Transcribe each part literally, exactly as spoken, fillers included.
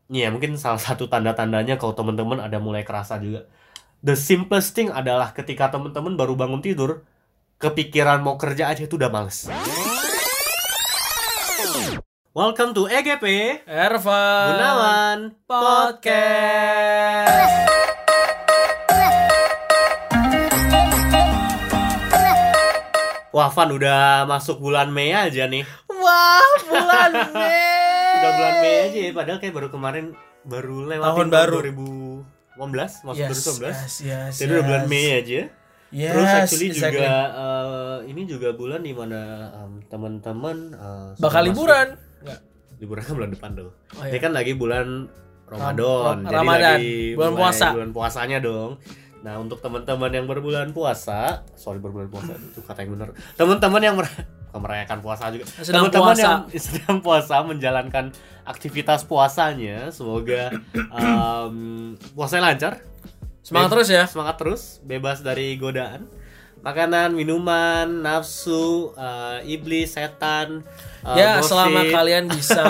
Iya, mungkin salah satu tanda-tandanya kalau teman-teman ada mulai kerasa juga. The simplest thing adalah ketika teman-teman baru bangun tidur, kepikiran mau kerja aja itu udah males. Welcome to E G P Ervan Gunawan Podcast. Wah, Van, udah masuk bulan Mei aja nih. Wah, bulan Mei. Udah bulan Mei aja ya, padahal kayak baru kemarin baru lewat tahun baru dua ribu delapan belas, masuk yes, dua ribu sembilan belas. Yes, yes, Jadi yes. udah bulan Mei aja. Yes, Terus actually exactly. juga uh, ini juga bulan dimana um, teman-teman uh, bakal liburan. Enggak. Liburan kan bulan depan tuh. Oh, Ini iya. kan lagi bulan Ramadan. Ram- Jadi Ramadan. lagi Bulan mulai puasa. Bulan puasanya dong. Nah, untuk teman-teman yang berbulan puasa, sorry berbulan puasa itu kata yang benar. Teman-teman yang mer- merayakan puasa juga. Sedang Teman-teman puasa. yang sedang puasa menjalankan aktivitas puasanya, semoga um, puasanya lancar. Semangat Be- terus ya. Semangat terus, bebas dari godaan makanan, minuman, nafsu, uh, iblis, setan. Uh, Ya, gosip. selama kalian bisa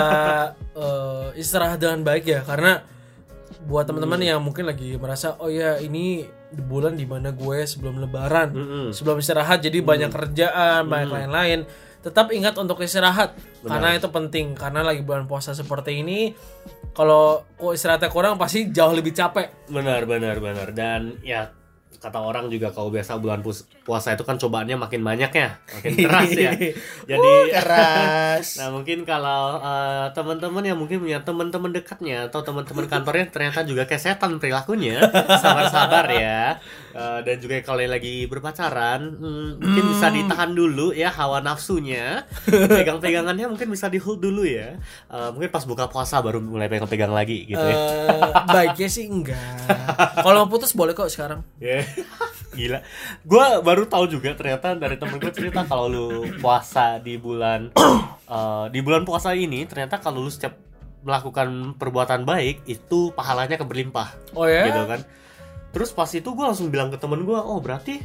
uh, istirahat dengan baik ya, karena buat teman-teman Hmm. yang mungkin lagi merasa oh ya ini di bulan dimana gue sebelum lebaran, Mm-mm. sebelum istirahat jadi banyak kerjaan, banyak Hmm. lain-lain. Tetap ingat untuk istirahat. Benar. Karena itu penting. Karena lagi bulan puasa seperti ini, kalau kok istirahatnya kurang pasti jauh lebih capek. Benar, benar, benar. Dan ya kata orang juga kalau biasa bulan pus- puasa itu kan cobaannya makin banyak ya, makin keras ya. Jadi Uh, keras. nah mungkin kalau uh, teman-teman yang mungkin punya teman-teman dekatnya atau teman-teman kantornya ternyata juga kayak setan perilakunya, sabar-sabar ya. Uh, dan juga kalau yang lagi berpacaran, hmm, mungkin bisa ditahan dulu ya hawa nafsunya, pegang-pegangannya mungkin bisa di hold dulu ya. Uh, mungkin pas buka puasa baru mulai pegang-pegang lagi gitu ya. Eh, baiknya sih enggak. Kalau mau putus boleh kok sekarang. Ya, gila. Gua baru tahu juga ternyata dari temen gue cerita kalau lu puasa di bulan uh, di bulan puasa ini ternyata kalau lu setiap melakukan perbuatan baik itu pahalanya keberlimpah. Oh ya? Gitu kan. Terus pas itu gue langsung bilang ke temen gue, oh berarti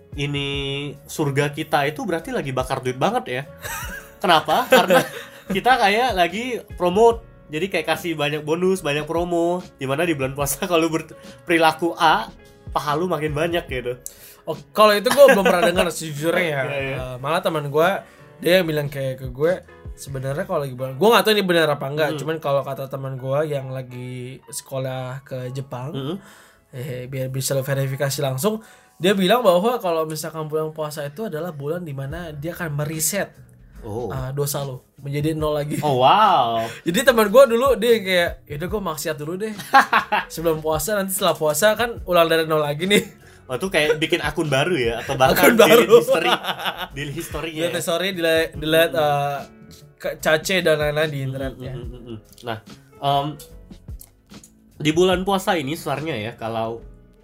ini surga kita itu berarti lagi bakar duit banget ya. Kenapa? Karena kita kayak lagi promote. Jadi kayak kasih banyak bonus, banyak promo. Dimana di bulan puasa kalau berperilaku A, paha lu makin banyak gitu. Oh, kalau itu gue belum pernah dengar sejujurnya ya. Iya, iya. Uh, malah teman gue dia yang bilang kayak ke gue sebenarnya kalau lagi bulan, gue nggak tahu ini benar apa enggak. Hmm. Cuman kalau kata teman gue yang lagi sekolah ke Jepang, Mm-hmm. eh biar bisa lo verifikasi langsung, dia bilang bahwa kalau misalkan bulan puasa itu adalah bulan dimana dia akan meriset Oh. uh, dosa lo menjadi nol lagi. Oh wow. Jadi teman gue dulu dia kayak, yaudah gue maksiat dulu deh sebelum puasa, nanti setelah puasa kan ulang dari nol lagi nih. Oh itu kayak bikin akun baru ya atau bahkan Akun baru. delete history, delete history-nya. Delete Ya? story, delete, delete uh, ke- cace dan lain-lain di internet ya. Mm, mm, mm. Nah, um, di bulan puasa ini sebenarnya ya kalau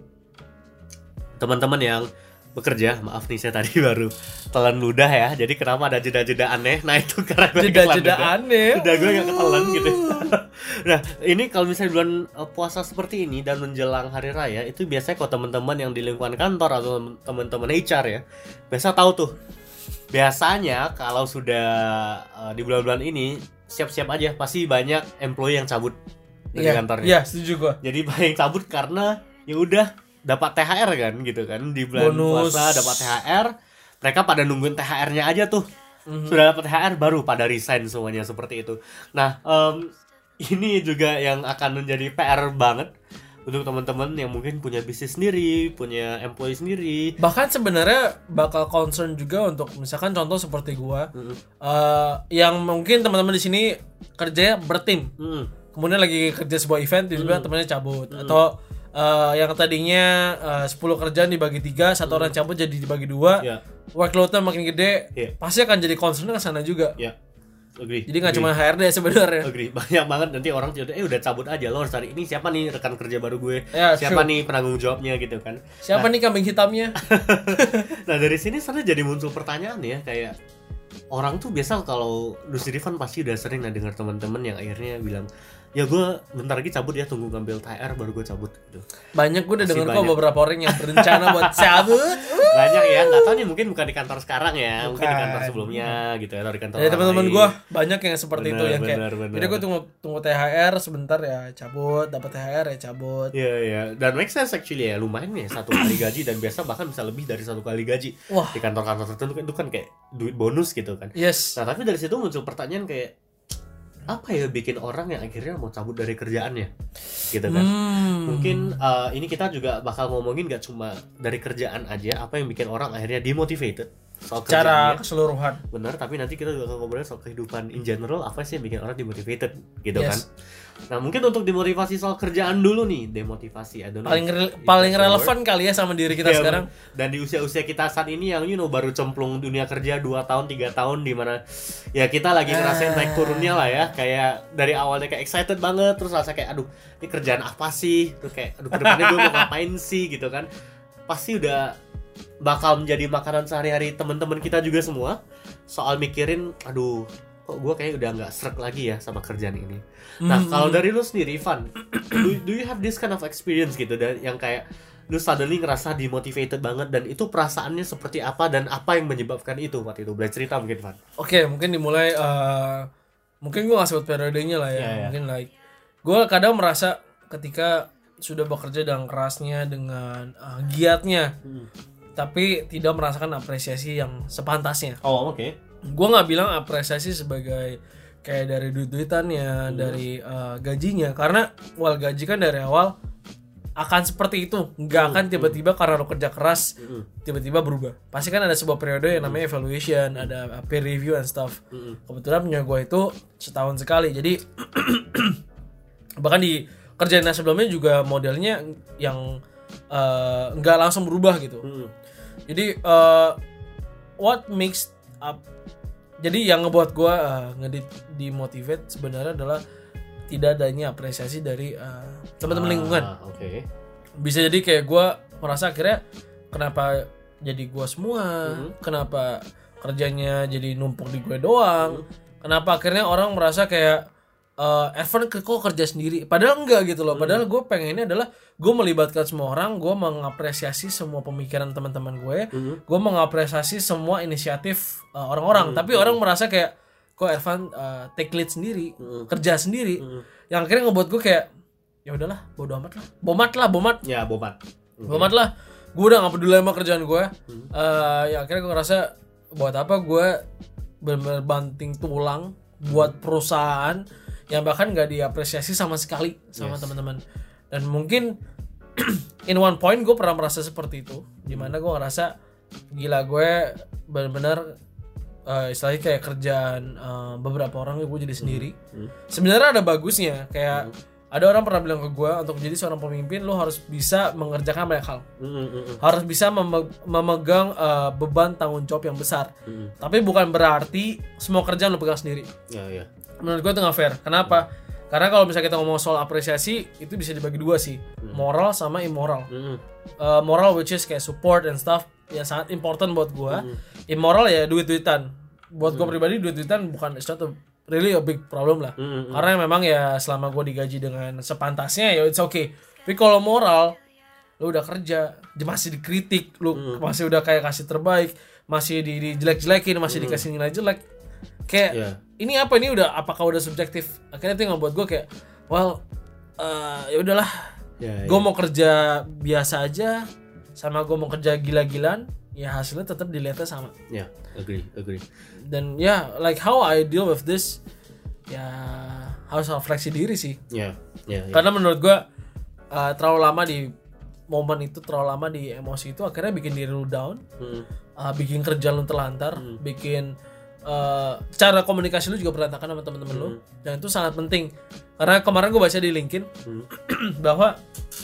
teman-teman yang bekerja, maaf nih saya tadi baru telan ludah ya. Jadi kenapa ada jeda-jeda aneh? Nah itu karena gue Jeda-jeda ketelan ludah. aneh. Udah gue gak ketelan gitu. Nah ini kalau misalnya bulan uh, puasa seperti ini dan menjelang hari raya, itu biasanya kalau teman-teman yang di lingkungan kantor atau teman-teman H R ya, biasa tahu tuh. Biasanya kalau sudah uh, di bulan-bulan ini siap-siap aja pasti banyak employee yang cabut dari Iya, kantornya. iya setuju gue. Jadi banyak yang cabut karena ya udah dapat T H R kan gitu kan di bulan Bonus. puasa dapat T H R. Mereka pada nungguin T H R-nya aja tuh. Mhm. Sudah dapat T H R baru pada resign semuanya seperti itu. Nah, em, ini juga yang akan menjadi P R banget untuk teman-teman yang mungkin punya bisnis sendiri, punya employee sendiri. Bahkan sebenarnya bakal concern juga untuk misalkan contoh seperti gua, Mm-mm. eh, yang mungkin teman-teman di sini kerjanya bertim, Mm-mm. kemudian lagi kerja sebuah event tiba-tiba temannya cabut, atau eh, yang tadinya eh, sepuluh kerjaan dibagi tiga, satu orang cabut jadi dibagi dua, Ya, workload-nya makin gede, Iya. pasti akan jadi concern ke sana juga. ya. Agree. Jadi nggak Agree. cuma H R D sebenarnya. Agree. Banyak banget nanti orang cerita, eh udah cabut aja, lo harus cari ini siapa nih rekan kerja baru gue, Ya, siapa true. nih penanggung jawabnya gitu kan. Siapa nih kambing hitamnya? Nah dari sini sebenarnya jadi muncul pertanyaan ya, kayak orang tuh biasa kalau industri fun pasti udah sering lah dengar teman-teman yang akhirnya bilang, ya gue bentar lagi cabut ya, tunggu ngambil T H R baru gue cabut gitu. Banyak gue udah denger kok beberapa orang yang berencana buat cabut. Banyak ya, nggak tahu nih, mungkin bukan di kantor sekarang ya, bukan. Mungkin di kantor sebelumnya gitu ya, atau di kantor. Ya teman-teman gue banyak yang seperti bener, itu yang bener, kayak. Bener. Jadi gue tunggu tunggu T H R sebentar ya cabut, dapat T H R ya cabut. Iya yeah, iya, yeah. Dan make sense actually ya, lumayan ya satu kali gaji dan biasa bahkan bisa lebih dari satu kali gaji. Wah. Di kantor-kantor tertentu kan itu kan kayak duit bonus gitu kan. Yes. Nah tapi dari situ muncul pertanyaan kayak, apa ya bikin orang yang akhirnya mau cabut dari kerjaannya gitu kan. Hmm. Mungkin uh, ini kita juga bakal ngomongin gak cuma dari kerjaan aja, apa yang bikin orang akhirnya demotivated soal secara keseluruhan. Benar, tapi nanti kita juga akan ngobrolin soal kehidupan in general, apa sih yang bikin orang demotivated gitu yes. kan. Nah mungkin untuk demotivasi soal kerjaan dulu nih, demotivasi aduh paling re- paling relevan kali ya sama diri kita ya, sekarang. Dan di usia-usia kita saat ini yang you know baru cemplung dunia kerja dua tahun tiga tahun, di mana ya kita lagi ngerasain ah. naik turunnya lah ya. Kayak dari awalnya kayak excited banget, terus rasa kayak aduh ini kerjaan apa sih, terus kayak aduh kedepannya gue mau ngapain sih gitu kan. Pasti udah bakal menjadi makanan sehari-hari teman-teman kita juga semua, soal mikirin aduh kok gue kayak udah nggak srek lagi ya sama kerjaan ini. Nah mm-hmm. kalau dari lu sendiri Ivan, do, do you have this kind of experience gitu, dan yang kayak lu suddenly ngerasa demotivated banget, dan itu perasaannya seperti apa dan apa yang menyebabkan itu waktu itu? Boleh cerita mungkin Ivan? Oke okay, mungkin dimulai uh, mungkin gue nggak sebut periodenya lah ya, yeah, yeah. mungkin like gue kadang merasa ketika sudah bekerja dengan kerasnya, dengan uh, giatnya, hmm. tapi tidak merasakan apresiasi yang sepantasnya. Oh oke. Okay. Gue nggak bilang apresiasi sebagai kayak dari duit-duitannya, hmm. dari uh, gajinya, karena well gaji kan dari awal akan seperti itu, nggak hmm. akan tiba-tiba karena lo kerja keras hmm. tiba-tiba berubah. Pasti kan ada sebuah periode yang namanya evaluation, hmm. ada peer review and stuff. Hmm. Kebetulan punya gue itu setahun sekali, jadi bahkan di kerjaan sebelumnya juga modelnya yang uh, nggak langsung berubah gitu. Hmm. Jadi uh, what makes up Jadi yang ngebuat gue uh, ngedimotivate sebenarnya adalah tidak adanya apresiasi dari uh, teman-teman ah, lingkungan. Okay. Bisa jadi kayak gue merasa akhirnya kenapa jadi gue semua, mm-hmm. kenapa kerjanya jadi numpuk di gue doang, mm-hmm. kenapa akhirnya orang merasa kayak uh, Evan kok kerja sendiri, padahal enggak gitu loh. Padahal gue pengennya adalah gue melibatkan semua orang, gue mengapresiasi semua pemikiran teman-teman gue, mm-hmm. gue mengapresiasi semua inisiatif uh, orang-orang. Mm-hmm. Tapi orang merasa kayak kok Evan uh, take lead sendiri, mm-hmm. kerja sendiri, mm-hmm. yang akhirnya ngebuat gue kayak ya udahlah, bodo amat lah, bomat lah, bomat, ya bomat, okay. bomat lah. Gue udah nggak peduli sama kerjaan gue. Mm-hmm. Uh, ya akhirnya gue ngerasa buat apa gue bener-bener banting tulang buat perusahaan yang bahkan nggak diapresiasi sama sekali sama yes. teman-teman. Dan mungkin in one point gue pernah merasa seperti itu, dimana gue ngerasa gila gue benar-benar uh, istilahnya kayak kerjaan uh, beberapa orang gue jadi sendiri. Mm-hmm. Sebenarnya ada bagusnya, kayak mm-hmm. ada orang pernah bilang ke gue untuk menjadi seorang pemimpin lo harus bisa mengerjakan banyak hal, mm-hmm. harus bisa mem- memegang uh, beban tanggung jawab yang besar. Mm-hmm. Tapi bukan berarti semua kerjaan lo pegang sendiri. Yeah, yeah. Menurut gue itu nggak fair. Kenapa? Karena kalau misalnya kita ngomong soal apresiasi, itu bisa dibagi dua sih, mm. moral sama immoral. Mm. Uh, moral which is kayak support and stuff, ya sangat important buat gue. Mm. Immoral ya duit-duitan. Buat mm. gue pribadi duit-duitan bukan it's not a, really a big problem lah. Mm. Karena memang ya selama gue digaji dengan sepantasnya ya it's okay. Tapi kalau moral, lu udah kerja, masih dikritik, lu mm. masih udah kayak kasih terbaik, masih di, dijelek-jelekin, masih mm. dikasih nilai jelek. Kayak yeah. ini apa ini udah apakah udah subjektif? Akhirnya itu yang ngebuat gue kayak well uh, ya udahlah yeah, gue yeah. mau kerja biasa aja sama gue mau kerja gila-gilaan ya hasilnya tetap dilihatnya sama. Ya yeah, agree agree. Dan ya yeah, like how I deal with this ya harus refleksi diri sih. Ya yeah, yeah, yeah. Karena menurut gue uh, terlalu lama di momen itu, terlalu lama di emosi itu akhirnya bikin diri lu down, hmm. uh, bikin kerja lu terlantar, hmm. bikin Uh, cara komunikasi lu juga berantakan sama teman-teman hmm. lu, dan itu sangat penting. Karena kemarin gue baca di LinkedIn hmm. bahwa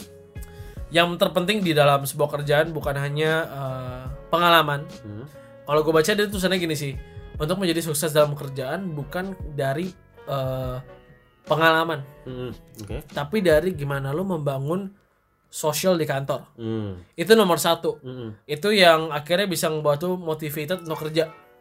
yang terpenting di dalam sebuah kerjaan bukan hanya uh, pengalaman. Hmm. Kalau gue baca dia tulisannya gini sih, untuk menjadi sukses dalam pekerjaan bukan dari uh, pengalaman, hmm. okay. tapi dari gimana lu membangun sosial di kantor. Hmm. Itu nomor satu. Hmm. Itu yang akhirnya bisa ngebuat lu motivated untuk kerja.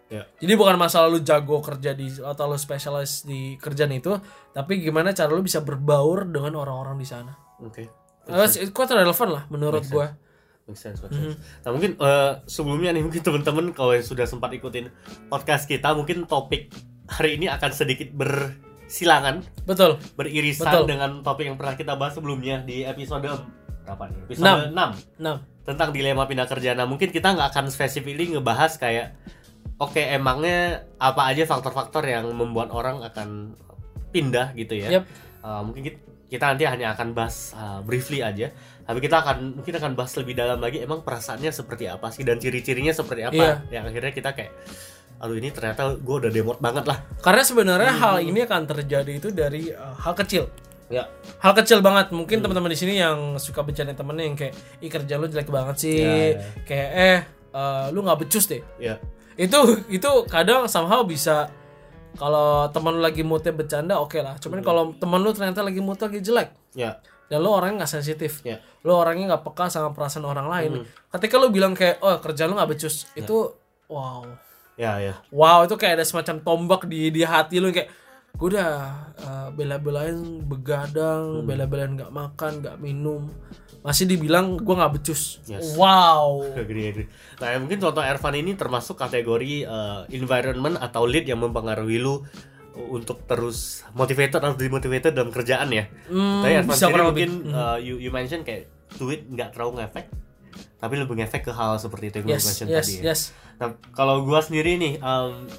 Yeah. Jadi bukan masalah lu jago kerja di atau lu spesialis di kerjaan itu, tapi gimana cara lu bisa berbaur dengan orang-orang di sana. Oke. Okay. Itu kuat relevan lah menurut gue. Make sense, make sense. Mm-hmm. Nah mungkin uh, sebelumnya nih mungkin teman-teman kalau yang sudah sempat ikutin podcast kita, mungkin topik hari ini akan sedikit bersilangan. Betul. Beririsan Betul. dengan topik yang pernah kita bahas sebelumnya di episode berapa nih? Episode enam. enam. Tentang dilema pindah kerja. Nah mungkin kita nggak akan specifically ngebahas kayak oke okay, emangnya apa aja faktor-faktor yang membuat orang akan pindah gitu ya. Yep. Uh, mungkin kita, kita nanti hanya akan bahas uh, briefly aja. Tapi kita akan mungkin akan bahas lebih dalam lagi emang perasaannya seperti apa sih dan ciri-cirinya seperti apa. Yeah. Yang akhirnya kita kayak aduh ini ternyata gue udah demot banget lah. Karena sebenarnya hmm. hal ini akan terjadi itu dari uh, hal kecil. Ya. Hal kecil banget. Mungkin hmm. teman-teman di sini yang suka bercanda temennya yang kayak ih kerja lu jelek banget sih. Ya, ya. Kayak eh uh, lu nggak becus deh. Ya. Itu itu kadang somehow bisa kalau teman lu lagi moodnya bercanda oke okay lah. Cuman hmm. kalau teman lu ternyata lagi mood lagi jelek. Ya. Dan lu orangnya nggak sensitif. Ya. Lu orangnya nggak peka sama perasaan orang lain. Hmm. Ketika lu bilang kayak oh kerja lu nggak becus, ya. Itu wow. Ya ya. Wow, itu kayak ada semacam tombak di di hati lu kayak gue udah uh, bela-belain begadang, hmm. bela-belain nggak makan, nggak minum, masih dibilang gue nggak becus. Yes. Wow. Nah mungkin contoh Ervan ini termasuk kategori uh, environment atau lead yang mempengaruhi lu untuk terus motivated atau demotivated dalam kerjaan ya. Hmm, Tapi Ervan sendiri mungkin hmm. uh, you you mention kayak duit nggak terlalu ngefek, tapi lebih ngefek ke hal seperti itu yang yes, gue mention yes, tadi. Ya. Yes. Nah kalau gue sendiri nih. Um,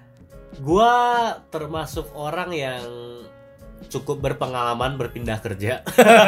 Gua termasuk orang yang cukup berpengalaman berpindah kerja.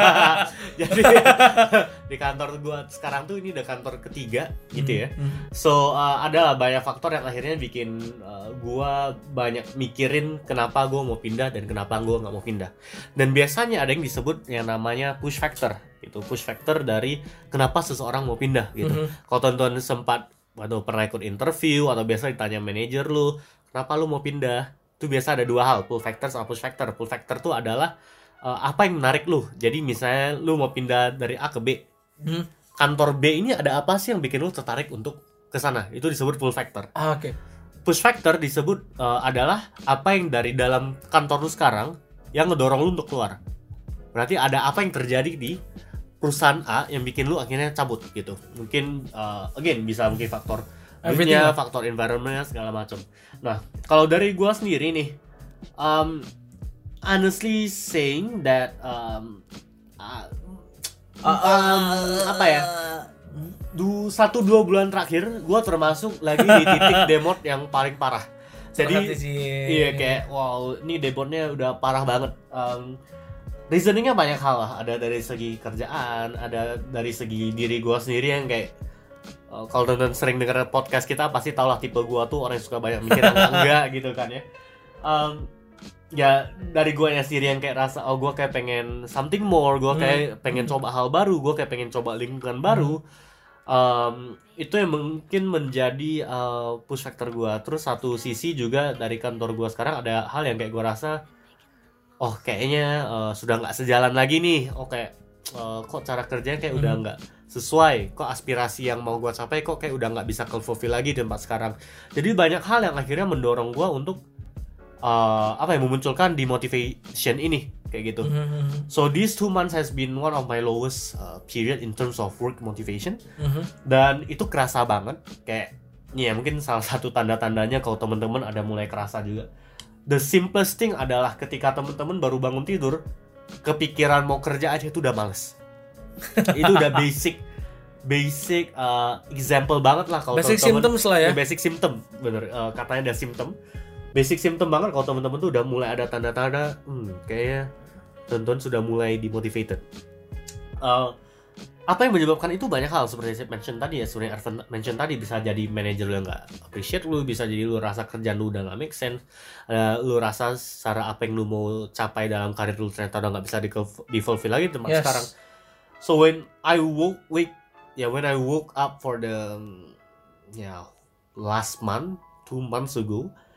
Jadi di kantor gua sekarang tuh ini udah kantor ketiga gitu ya. So uh, adalah banyak faktor yang akhirnya bikin uh, gua banyak mikirin kenapa gua mau pindah dan kenapa gua nggak mau pindah. Dan biasanya ada yang disebut yang namanya push factor. Itu push factor dari kenapa seseorang mau pindah gitu. Mm-hmm. Kalau tonton sempat atau pernah ikut interview atau biasa ditanya manajer lu kenapa lu mau pindah? Itu biasa ada dua hal, pull factor sama push factor. Pull factor itu adalah uh, apa yang menarik lu. Jadi misalnya lu mau pindah dari A ke B. Hmm. Kantor B ini ada apa sih yang bikin lu tertarik untuk ke sana? Itu disebut pull factor. Ah, oke. Okay. Push factor disebut uh, adalah apa yang dari dalam kantor lu sekarang yang ngedorong lu untuk keluar. Berarti ada apa yang terjadi di perusahaan A yang bikin lu akhirnya cabut gitu. Mungkin uh, again bisa mungkin faktor duitnya, faktor environment segala macam. Nah, kalau dari gua sendiri nih, um, honestly saying that um, uh, um, apa ya? Du satu dua bulan terakhir, gua termasuk lagi di titik demot yang paling parah. Jadi, iya kayak wow, ini demotnya udah parah banget. Um, reasoningnya banyak hal lah. Ada dari segi kerjaan, ada dari segi diri gua sendiri yang kayak Uh, kalau teman-teman sering denger podcast kita pasti tau lah tipe gua tuh orang yang suka banyak mikir yang enggak gitu kan ya. Um, ya dari gua yang sendiri yang kayak rasa oh gua kayak pengen something more, gua kayak hmm. pengen coba hal baru, gua kayak pengen coba lingkungan baru. Um, itu yang mungkin menjadi uh, push factor gua. Terus satu sisi juga dari kantor gua sekarang ada hal yang kayak gua rasa oh kayaknya uh, sudah nggak sejalan lagi nih. Oh kayak uh, kok cara kerjanya kayak hmm. udah nggak sesuai, kok aspirasi yang mau gue capai kok kayak udah nggak bisa ke-fulfill lagi di tempat sekarang. Jadi banyak hal yang akhirnya mendorong gue untuk uh, apa ya memunculkan demotivation ini kayak gitu. Mm-hmm. So these two months has been one of my lowest uh, period in terms of work motivation. Mm-hmm. Dan itu kerasa banget kayak ya mungkin salah satu tanda-tandanya kalau teman-teman ada mulai kerasa juga. The simplest thing adalah ketika teman-teman baru bangun tidur kepikiran mau kerja aja itu udah males. Itu udah basic basic uh, example banget lah kalau basic symptoms lah ya. Basic symptom bener uh, katanya ada symptom. Basic symptom banget kalau teman-teman tuh udah mulai ada tanda-tanda hmm kayaknya teman-teman sudah mulai demotivated. Uh, apa yang menyebabkan itu banyak hal seperti saya mention tadi ya, sebenarnya Ervan mention tadi bisa jadi manajer lu yang nggak appreciate lu, bisa jadi lu rasa kerjaan lu udah nggak make sense, uh, lu rasa secara apa yang lu mau capai dalam karir lu ternyata udah nggak bisa di fulfill lagi di tempat yes. sekarang. So when I woke wake, yeah when I woke up for the, yeah last month, two months ago,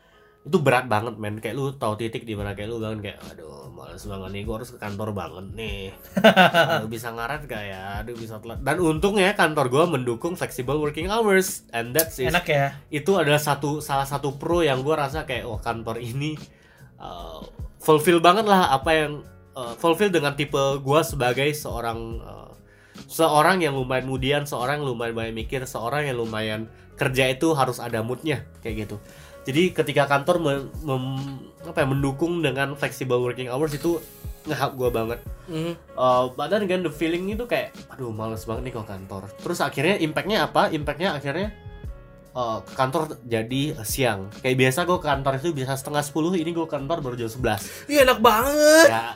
itu berat banget men, kayak lu tahu titik di mana kayak lu bangun kayak aduh males banget nih, gue harus ke kantor banget nih. Aduh bisa ngaret gak ya, aduh bisa telat. Dan untungnya kantor gue mendukung flexible working hours, and that's it. Enak ya. Itu adalah satu salah satu pro yang gue rasa kayak oh kantor ini uh, fulfill banget lah apa yang uh, fulfill dengan tipe gue sebagai seorang uh, seorang yang lumayan kemudian, seorang yang lumayan banyak mikir, seorang yang lumayan kerja itu harus ada moodnya kayak gitu. Jadi ketika kantor mem, mem, apa ya, mendukung dengan flexible working hours itu nge-help gue banget. Mm-hmm. Uh, but then again the feeling itu kayak aduh males banget nih kalau kantor. Terus akhirnya impactnya apa? Impactnya akhirnya uh, ke kantor jadi siang. Kayak biasa gue ke kantor itu biasa setengah sepuluh, ini gue kantor baru jam sebelas. Iya enak banget. Ya.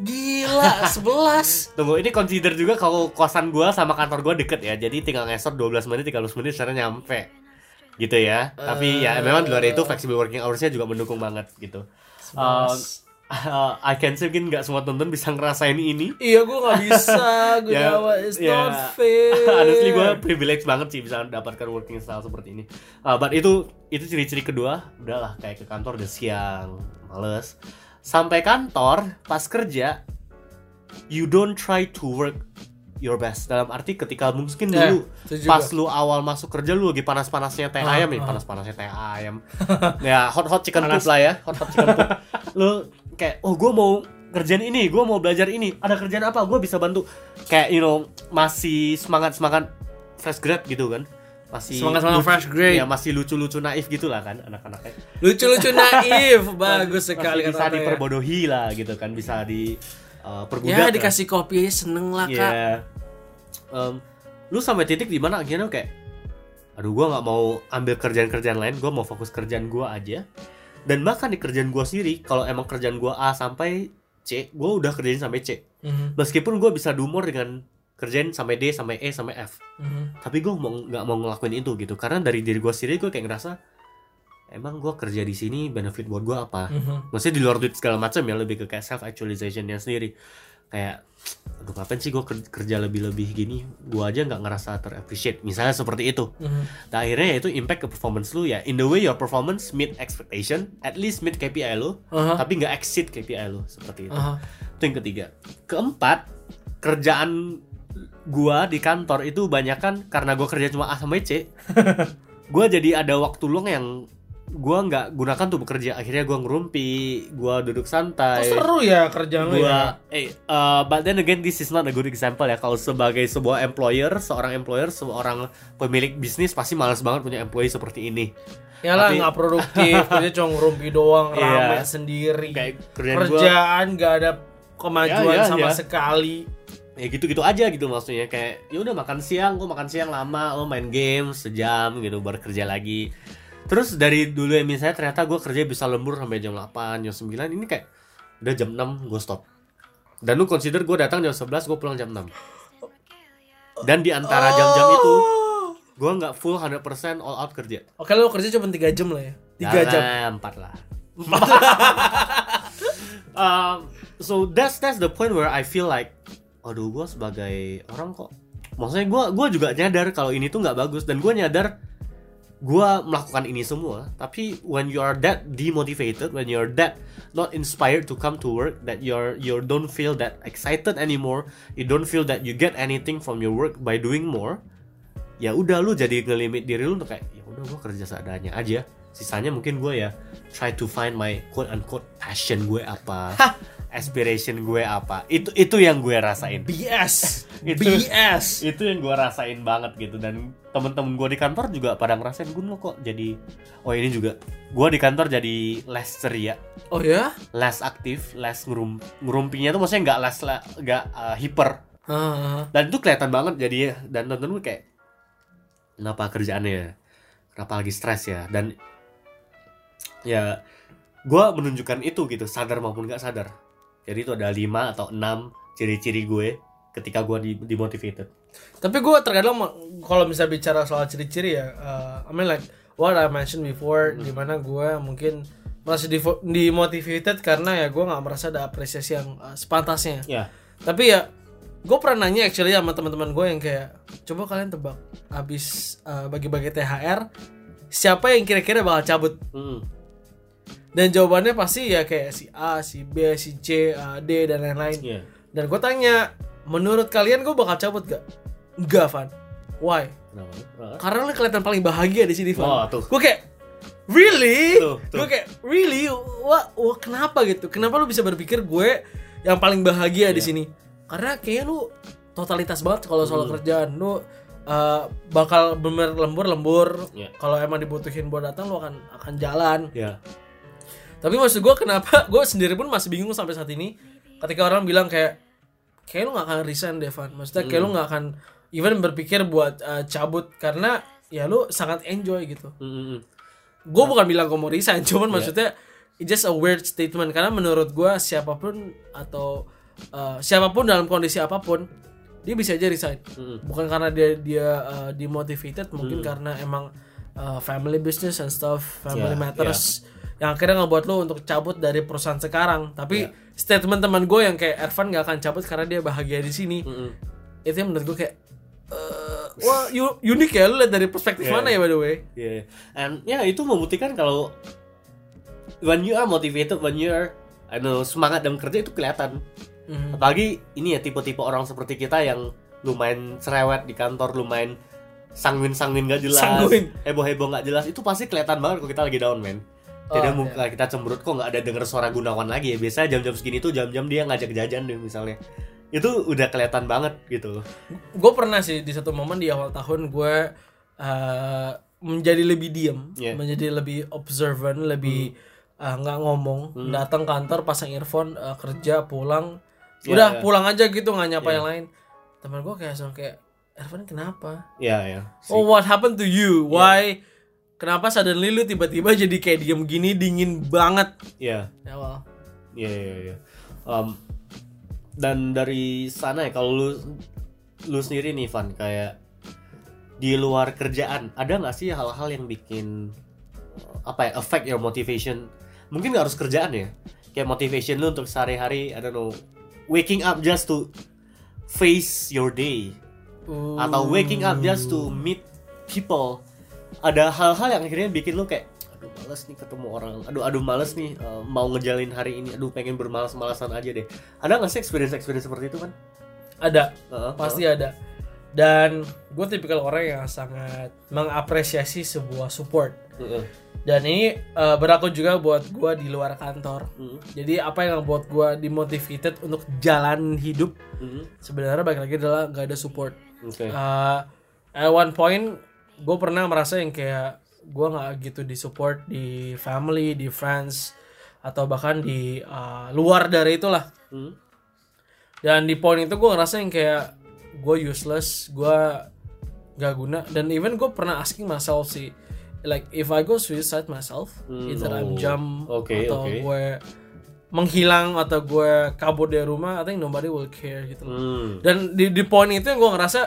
Gila, sebelas. Tunggu, ini consider juga kalau kosan gue sama kantor gue deket ya. Jadi tinggal ngesot dua belas menit, tiga belas menit sekarang nyampe. Gitu ya. Uh, Tapi ya memang di luar itu flexible working hours-nya juga mendukung banget gitu. Uh, uh, I can say mungkin nggak semua temen bisa ngerasain ini. Iya, gue nggak bisa. Gue yeah, it's yeah. not fair. Honestly gue privilege banget sih bisa mendapatkan working style seperti ini. Uh, but itu itu ciri-ciri kedua. Udahlah kayak ke kantor udah siang, males. Sampai kantor pas kerja, you don't try to work your best. Dalam arti ketika mungkin dulu yeah, pas lu awal masuk kerja lu lagi panas-panasnya teh uh, ayam nih, uh. panas-panasnya teh ayam. Ya hot-hot chicken poop lah ya, hot-hot chicken poop. Lu kayak oh gue mau kerjaan ini, gue mau belajar ini. Ada kerjaan apa? Gue bisa bantu. Kayak you know masih semangat-semangat fresh grad gitu kan. Masih semangat-semangat fresh grade. Ya masih lucu-lucu naif gitulah kan anak-anaknya. Lucu-lucu naif, bagus sekali bisa kata diperbodohi ya. Lah gitu kan, bisa di Uh, perbudak ya dikasih lah. Kopi seneng lah kak. Yeah. Um, lu sampai titik di mana akhirnya kayak, aduh gue nggak mau ambil kerjaan-kerjaan lain, gue mau fokus kerjaan gue aja. Dan bahkan di kerjaan gue sendiri, kalau emang kerjaan gue A sampai C, gue udah kerjain sampai C. Mm-hmm. Meskipun gue bisa do more dengan kerjain sampai D, sampai E, sampai F. Mm-hmm. Tapi gue mau nggak mau ngelakuin itu gitu, karena dari diri gue sendiri gue kayak ngerasa emang gue kerja di sini benefit buat gue apa? Mm-hmm. Maksudnya di luar duit segala macam ya, lebih ke kayak self actualizationnya sendiri. Kayak, aduh ngapain sih gue kerja lebih-lebih gini? Gue aja nggak ngerasa terappreciate. Misalnya seperti itu. Mm-hmm. Dan akhirnya ya itu impact ke performance lu ya. In the way your performance meet expectation, at least meet K P I lu, uh-huh. tapi nggak exceed K P I lu seperti itu. Uh-huh. Itu yang ketiga. Keempat, kerjaan gue di kantor itu banyakan karena gue kerja cuma A sampai C. Gue jadi ada waktu luang yang gue nggak gunakan tuh bekerja. Akhirnya gue ngerumpi, gue duduk santai. Oh, seru ya kerjaan lu ya. Eh, uh, but then again this is not a good example ya. Kalau sebagai sebuah employer, seorang employer, seorang pemilik bisnis pasti malas banget punya employee seperti ini. Ya lah nggak produktif, kerja cuma ngerumpi doang, rame yeah, sendiri. Kerjaan nggak ada kemajuan yeah, yeah, sama yeah. sekali. Ya gitu-gitu aja gitu maksudnya, kayak ya udah makan siang, gue makan siang lama, lo main game sejam gitu baru kerja lagi. Terus dari dulu ya misalnya ternyata gue kerja bisa lembur sampai jam delapan, jam sembilan, ini kayak udah jam enam gue stop. Dan lu consider gue datang jam sebelas, gue pulang jam enam. Dan di antara jam-jam itu gue nggak full seratus persen all out kerja. Oke, lu kerja cuma tiga jam lah ya. tiga jam. empat lah. um, so that's that's the point where I feel like aduh gue sebagai orang kok, maksudnya gue gue juga nyadar kalau ini tuh nggak bagus, dan gue nyadar gue melakukan ini semua, tapi when you are that demotivated, when you are that not inspired to come to work, that you're you don't feel that excited anymore, you don't feel that you get anything from your work by doing more, ya udah lu jadi ngelimit diri lu untuk kayak ya udah gue kerja seadanya aja, sisanya mungkin gue ya try to find my quote unquote passion gue apa. Aspiration gue apa, itu itu yang gue rasain. B S itu, B S itu yang gue rasain banget gitu. Dan temen-temen gue di kantor juga pada ngerasain, gue lo kok jadi, oh ini juga gue di kantor jadi less ceria. Oh ya, less aktif, less ngerum ngerumpinya tuh maksudnya nggak less nggak uh, hyper. Uh-huh. Dan itu kelihatan banget jadi ya. Dan temen-temen gue kayak, kenapa kerjaannya, kenapa lagi stres ya. Dan ya gue menunjukkan itu gitu, sadar maupun nggak sadar. Jadi itu ada lima atau enam ciri-ciri gue ketika gue dimotivated. Tapi gue terkadang kalau misalnya bicara soal ciri-ciri ya, uh, I mean like what I mentioned before, hmm. dimana gue mungkin merasa dimotivated karena ya gue nggak merasa ada apresiasi yang uh, sepantasnya. Yeah. Tapi ya gue pernah nanya actually sama teman-teman gue yang kayak, coba kalian tebak abis uh, bagi-bagi T H R siapa yang kira-kira bakal cabut? Hmm. Dan jawabannya pasti ya kayak si A, si B, si C, uh, D dan lain-lain. Yeah. Dan gue tanya, menurut kalian gue bakal cabut gak? Enggak, Van. Why? No. Uh. Karena lo kelihatan paling bahagia di sini, Van. Oh, gue kayak, really? Gue kayak, really? Wah, wah, kenapa gitu? Kenapa lo bisa berpikir gue yang paling bahagia yeah. di sini? Karena kayaknya lo totalitas banget kalau soal hmm. kerjaan. Lo uh, bakal bener lembur-lembur. Yeah. Kalau emang dibutuhin buat datang, lo akan akan jalan. Yeah. Tapi maksud gue kenapa? Gue sendiri pun masih bingung sampai saat ini. Ketika orang bilang kayak, kayak lo gak akan resign, Devan. Maksudnya kayak hmm. lo gak akan even berpikir buat uh, cabut. Karena ya lo sangat enjoy gitu. Hmm. Gue bukan bilang gue mau resign. Cuman yeah. maksudnya it's just a weird statement. Karena menurut gue siapapun atau uh, siapapun dalam kondisi apapun, dia bisa aja resign. Hmm. Bukan karena dia dia uh, demotivated. Mungkin hmm. karena emang uh, family business and stuff. Family yeah. matters. Yeah. Yang akhirnya ngebuat lo untuk cabut dari perusahaan sekarang. Tapi yeah. statement teman gue yang kayak Ervan gak akan cabut karena dia bahagia di sini. Mm-hmm. Itu yang menurut gue kayak uh, wah unik ya, lo lihat dari perspektif yeah. mana ya by the way. Yeah. And ya yeah, itu membuktikan kalau when you are motivated, when you are I know, semangat dalam kerja itu kelihatan. Mm-hmm. Apalagi ini ya tipe-tipe orang seperti kita yang lumayan cerewet di kantor, lumayan sanguin-sanguin gak jelas, Sanguin. heboh-heboh gak jelas. Itu pasti kelihatan banget kalau kita lagi down, man. Jadi oh, muka iya. kita cemberut kok nggak ada denger suara Gunawan lagi ya. Biasanya jam-jam segini tuh jam-jam dia ngajak jajan deh misalnya. Itu udah kelihatan banget gitu. Gue pernah sih di satu momen di awal tahun gue uh, menjadi lebih diem, yeah. menjadi lebih observant, lebih nggak hmm. uh, ngomong, hmm. datang kantor pasang earphone, uh, kerja pulang, yeah, udah yeah. pulang aja gitu nggak nyapa yeah. yang lain. Temen gue kayak langsung kayak, Ervan kenapa? Ya yeah, ya. Yeah. Oh what happened to you? Yeah. Why? Kenapa suddenly lu tiba-tiba jadi kayak diem gini, dingin banget? Iya. Yeah. Ya well. Iya iya iya. Um, dan dari sana ya kalau lu lu sendiri nih Van, kayak di luar kerjaan ada nggak sih hal-hal yang bikin apa ya affect your motivation? Mungkin nggak harus kerjaan ya. Kayak motivation lu untuk sehari-hari, I don't know, waking up just to face your day. Ooh. Atau waking up just to meet people. Ada hal-hal yang akhirnya bikin lu kayak aduh males nih ketemu orang, aduh aduh males nih uh, mau ngejalin hari ini, aduh pengen bermalas-malasan aja deh. Ada nggak sih experience-experience seperti itu kan? Ada, uh-huh. pasti uh-huh. ada. Dan gue tipikal orang yang sangat mengapresiasi sebuah support. Uh-huh. Dan ini uh, berlaku juga buat gue di luar kantor. Uh-huh. Jadi apa yang buat gue dimotivated untuk jalan hidup uh-huh. sebenarnya balik lagi adalah gak ada support. Okay. Uh, at one point gue pernah merasa yang kayak gue nggak gitu disupport di family, di friends, atau bahkan di uh, luar dari itulah. Hmm. Dan di poin itu gue ngerasa yang kayak gue useless, gue nggak guna. Dan even gue pernah asking myself sih, like if I go suicide myself, hmm, either no. I'm jump okay, atau okay. gue menghilang atau gue kabur dari rumah, I think nobody will care gitu. Hmm. Dan di di poin itu yang gue ngerasa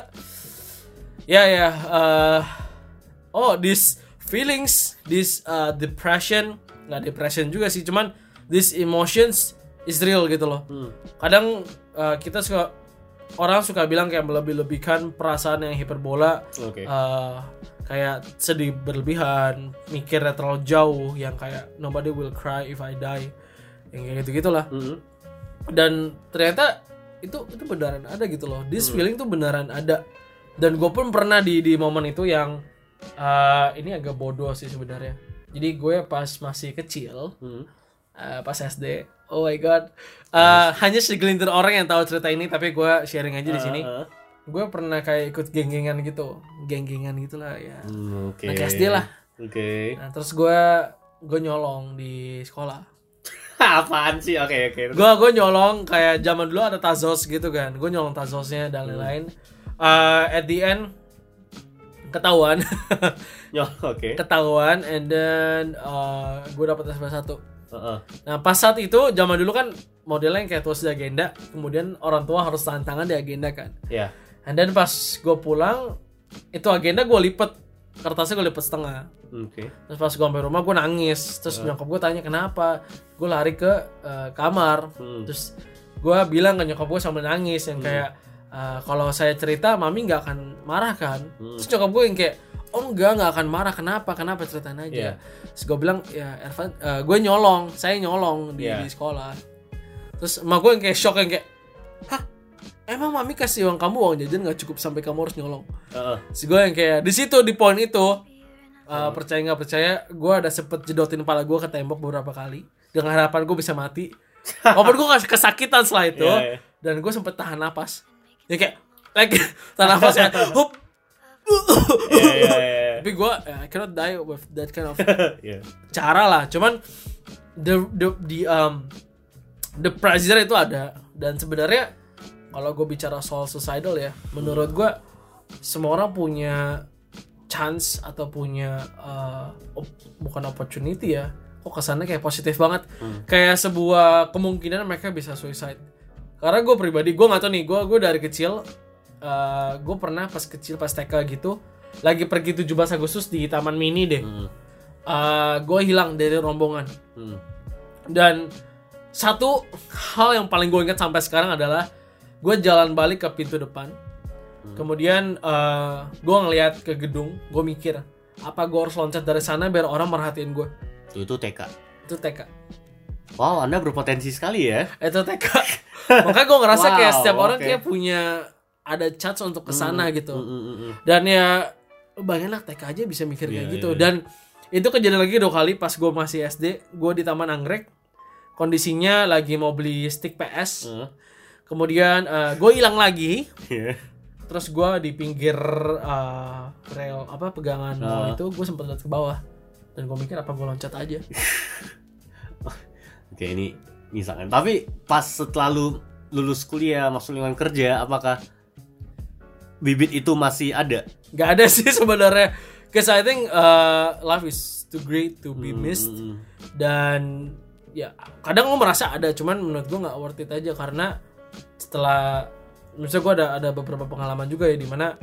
ya ya. Uh, Oh, this feelings, this uh, depression, nggak depression juga sih, cuman this emotions is real gitu loh. Hmm. Kadang uh, kita suka orang suka bilang kayak melebih-lebihkan perasaan yang hiperbola, okay. uh, kayak sedih berlebihan, mikirnya terlalu jauh, yang kayak nobody will cry if I die, yang kayak gitu gitulah. Hmm. Dan ternyata itu itu beneran ada gitu loh. This hmm. feeling tuh beneran ada. Dan gue pun pernah di di momen itu yang Uh, ini agak bodoh sih sebenarnya. Jadi gue pas masih kecil, hmm. uh, pas S D, oh my god, uh, nice. Hanya segelintir orang yang tahu cerita ini, tapi gue sharing aja uh, di sini. Uh. Gue pernah kayak ikut geng-gengan gitu, geng-gengan gitulah ya. Hmm, okay. Nah, S D lah. Oke. Okay. Nah, terus gue gue nyolong di sekolah. Apaan sih? Oke okay, oke. Okay. Gue gue nyolong kayak zaman dulu ada Tazos gitu kan. Gue nyolong Tazosnya dan lain-lain. Hmm. Uh, at the end ketahuan. Yo, oke. Okay. Ketahuan and then uh, gue dapat S P satu. Uh-uh. Nah, pas saat itu zaman dulu kan modelnya yang kayak tulis di agenda, kemudian orang tua harus tahan tangan di agenda kan. Iya. Yeah. And then pas gue pulang, itu agenda gue lipet, kertasnya gue lipet setengah. Oke. Okay. Terus pas gue sampai rumah gue nangis, terus uh. nyokap gue tanya kenapa, gue lari ke uh, kamar, hmm. terus gue bilang ke nyokap gue sambil nangis yang hmm. kayak Uh, kalau saya cerita mami nggak akan marah kan. hmm. Terus nyokap gue yang kayak oh enggak nggak akan marah, kenapa kenapa ceritain aja. Yeah. Terus gue bilang ya Ervan, uh, gue nyolong, saya nyolong di, yeah. di sekolah. Terus emak gue yang kayak shock, yang kayak, hah emang mami kasih uang kamu uang jajan nggak cukup sampai kamu harus nyolong? Uh-uh. Terus gue yang kayak di situ di poin itu uh, uh. percaya nggak percaya, gue ada sempet jedotin kepala gue ke tembok beberapa kali dengan harapan gue bisa mati. Walaupun gue gak kesakitan setelah itu, yeah, yeah. dan gue sempet tahan napas, ya kayak like tahan napas ya, hup. yeah, yeah, yeah. Tapi gue I cannot die with that kind of yeah. cara lah. Cuman the the the um the pressure itu ada. Dan sebenarnya kalau gue bicara soal suicidal ya, menurut gue semua orang punya chance atau punya uh, op- bukan opportunity ya, kok kesannya kayak positif banget, hmm. kayak sebuah kemungkinan mereka bisa suicide. Karena gue pribadi, gue nggak tahu nih, gue gue dari kecil Uh, gue pernah pas kecil pas T K gitu lagi pergi tujuh belas Agustus di Taman Mini deh, hmm. uh, gue hilang dari rombongan, hmm. dan satu hal yang paling gue ingat sampai sekarang adalah gue jalan balik ke pintu depan, hmm. kemudian uh, gue ngeliat ke gedung, gue mikir apa gue harus loncat dari sana biar orang merhatiin gue. Itu T K. Itu T K. Wow, Anda berpotensi sekali ya. Itu T K. Makanya gue ngerasa wow, kayak setiap orang okay. kayak punya ada chance untuk kesana mm, gitu, mm, mm, mm. dan ya bayangin lah T K aja bisa mikir yeah, kayak gitu, yeah, dan yeah. itu kejadian lagi dua kali pas gue masih S D, gue di Taman Anggrek, kondisinya lagi mau beli stick P S, uh. kemudian uh, gue hilang lagi, yeah. terus gue di pinggir uh, rel apa pegangan uh. mall itu, gue sempat lihat ke bawah, dan gue mikir apa gue loncat aja. Oke, ini misalkan, tapi pas setelah lu lulus kuliah masuk lingkungan kerja, apakah bibit itu masih ada? Gak ada sih sebenarnya. Cause I think uh, life is too great to be missed. Hmm. Dan ya kadang lo merasa ada, cuman menurut gue nggak worth it aja, karena setelah misalnya gue ada ada beberapa pengalaman juga ya, dimana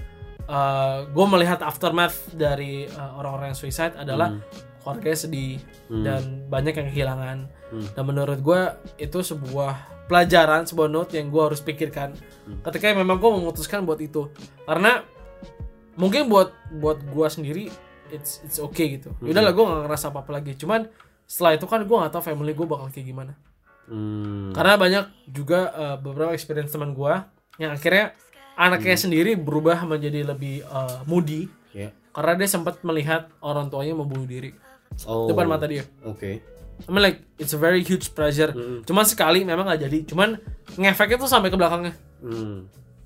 uh, gue melihat aftermath dari uh, orang-orang yang suicide adalah hmm. keluarganya sedih, hmm. dan banyak yang kehilangan. Hmm. Dan menurut gue itu sebuah pelajaran, sebuah note yang gue harus pikirkan hmm. ketika memang gue memutuskan buat itu. Karena mungkin buat buat gue sendiri it's it's okay gitu. Hmm. Yaudahlah, gue nggak ngerasa apa-apa lagi. Cuman setelah itu kan gue nggak tahu family gue bakal kayak gimana. Hmm. Karena banyak juga uh, beberapa experience teman gue yang akhirnya anaknya hmm. sendiri berubah menjadi lebih uh, moody, yeah. karena dia sempat melihat orang tuanya membunuh diri oh. depan mata dia. Oke. Okay. I mean like it's a very huge pressure. Mm. Cuman sekali memang nggak jadi. Cuman ngefeknya tuh sampai ke belakangnya. Hmm.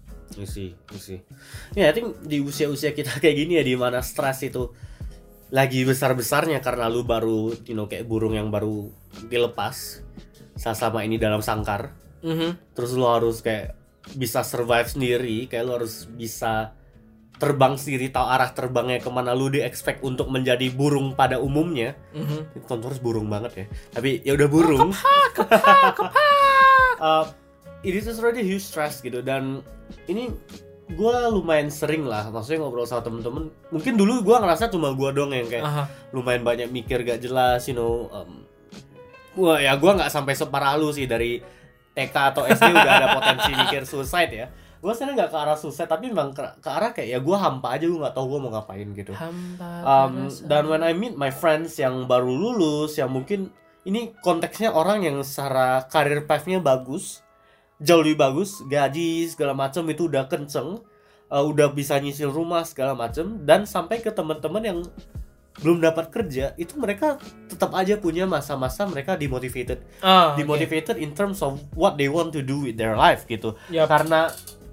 Isi, isi. Ya, I think di usia-usia kita kayak gini ya, di mana stres itu lagi besar-besarnya karena lu baru, you know, kayak burung yang baru dilepas selama ini dalam sangkar. Mm-hmm. Terus lu harus kayak bisa survive sendiri, kayak lu harus bisa terbang sendiri, tahu arah terbangnya kemana. Lu di-expect untuk menjadi burung pada umumnya. Mm-hmm. Itu harus burung banget ya. Tapi ya udah burung. Kepak, kepak, kepak. uh, It is already huge stress gitu. Dan ini gue lumayan sering lah, maksudnya ngobrol sama temen-temen. Mungkin dulu gue ngerasa cuma gue dong yang kayak uh-huh. lumayan banyak mikir gak jelas, you know. Um, gua, ya gue gak sampai separah lu sih. Dari T K atau S D udah ada potensi mikir suicide ya. Gue sebenarnya nggak ke arah suicide, tapi memang ke, ke arah kayak ya gue hampa aja, gue nggak tahu gue mau ngapain gitu. Um, dan when I meet my friends yang baru lulus, yang mungkin ini konteksnya orang yang secara career path-nya bagus, jauh lebih bagus, gaji segala macam itu udah kenceng, uh, udah bisa nyicil rumah segala macam, dan sampai ke teman-teman yang belum dapat kerja, itu mereka tetap aja punya masa-masa mereka demotivated, oh, demotivated okay. in terms of what they want to do with their life gitu. Yep. Karena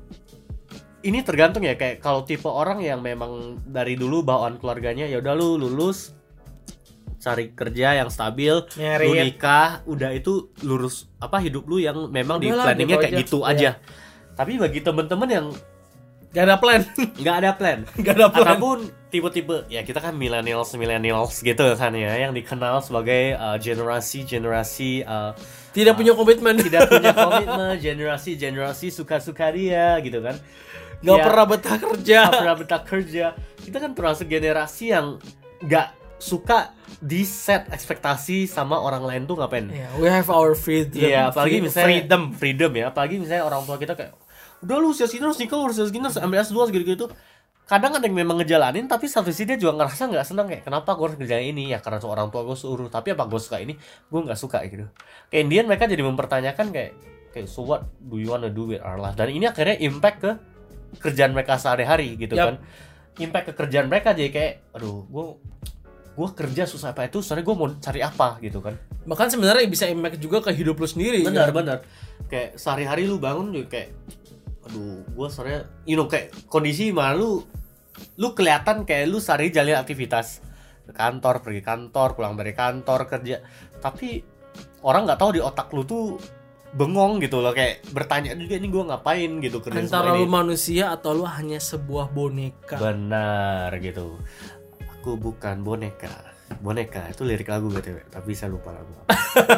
ini tergantung ya, kayak kalau tipe orang yang memang dari dulu bawaan keluarganya ya udah lu lulus cari kerja yang stabil, Nyari. lu nikah, udah itu lurus apa hidup lu yang memang udah di planningnya kayak aja. gitu yeah. aja. Tapi bagi temen-temen yang gak ada plan, gak ada plan, gak ada plan. Ataupun tipe-tipe ya kita kan millennials millennials gitu kan ya, yang dikenal sebagai uh, generasi generasi uh, tidak uh, punya komitmen, tidak punya komitmen, generasi generasi suka-suka dia gitu kan. Gak ya, pernah betah kerja. Gak pernah betah kerja. Kita kan termasuk generasi yang gak suka di set ekspektasi sama orang lain tuh ngapain. Yeah, we have our freedom. Iya, yeah, apalagi misalnya freedom, freedom ya. Apalagi misalnya orang tua kita kayak, udah lu usia segini harus nikah, harus usia segini harus ambil S dua gitu-gitu. kadang ada yang memang ngejalanin tapi satu sisi dia juga ngerasa nggak senang kayak kenapa gue harus ngerjain ini ya karena orang tua gue suruh, tapi apa gue suka ini, gue nggak suka gitu. Kayak Indian mereka jadi mempertanyakan kayak kayak so what do you wanna do with our life, dan ini akhirnya impact ke kerjaan mereka sehari-hari gitu yep. kan, impact ke kerjaan mereka jadi kayak aduh gue gue kerja susah apa itu, soalnya gue mau cari apa gitu kan. Bahkan sebenarnya bisa impact juga ke hidup lu sendiri. Benar kan? Benar. Kayak sehari-hari lu bangun juga kayak aduh gue soalnya you know kayak kondisi mana lu lu kelihatan kayak lu sehari jalan aktivitas ke kantor, pergi kantor, pulang dari kantor, kerja, tapi orang nggak tahu di otak lu tuh bengong gitu loh, kayak bertanya juga ini gue ngapain gitu kerja antara lu manusia atau lu hanya sebuah boneka. Benar gitu, aku bukan boneka. Boneka itu lirik lagu B T W, tapi saya lupa lagu apa.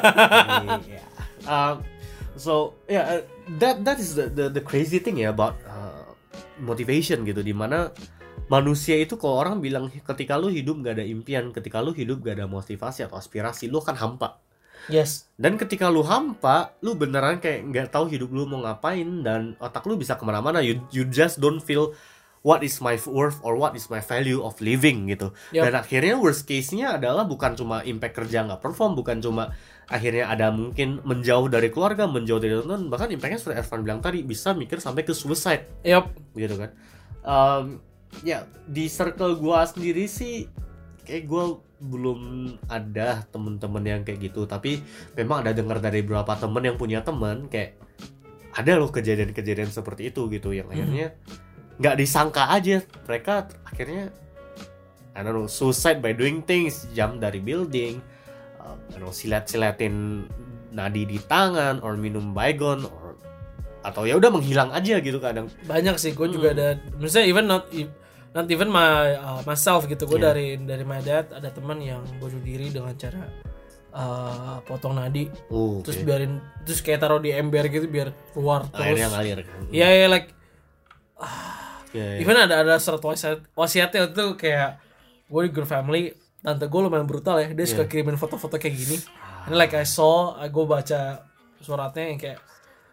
yeah. um, so yeah, uh, that that is the the, the crazy thing ya about uh, motivation gitu, dimana manusia itu kalau orang bilang ketika lu hidup gak ada impian, ketika lu hidup gak ada motivasi atau aspirasi, lu akan hampa. Yes. Dan ketika lu hampa, lu beneran kayak nggak tahu hidup lu mau ngapain, dan otak lu bisa kemana-mana. You you just don't feel what is my worth or what is my value of living gitu. Yep. Dan akhirnya worst case-nya adalah bukan cuma impact kerja nggak perform, bukan cuma akhirnya ada mungkin menjauh dari keluarga, menjauh dari teman, bahkan impactnya seperti Ervan bilang tadi bisa mikir sampai ke suicide. Yap. Gitu kan. Um, ya di circle gua sendiri sih kayak gua belum ada temen-temen yang kayak gitu, tapi memang ada dengar dari beberapa temen yang punya temen kayak ada loh kejadian-kejadian seperti itu gitu, yang akhirnya nggak disangka aja mereka akhirnya I don't know suicide by doing things, jump dari building, uh, I don't know, silat-silatin nadi di tangan, or minum baygon, or atau ya udah menghilang aja gitu kadang. Banyak sih, gue hmm. juga ada, misalnya even not not even my uh, myself gitu, gue yeah. dari dari my dad ada teman yang bunuh diri dengan cara uh, potong nadi, uh, terus okay. biarin terus kayak taruh di ember gitu biar keluar terus. Airnya ngalir kan. Iya yeah, yeah, like uh, yeah, yeah. even ada ada surat wasiat wasiatnya itu kayak gue di good family, tante gue lumayan brutal ya, dia yeah. suka kirimin foto-foto kayak gini. And like I saw, gue baca suratnya yang kayak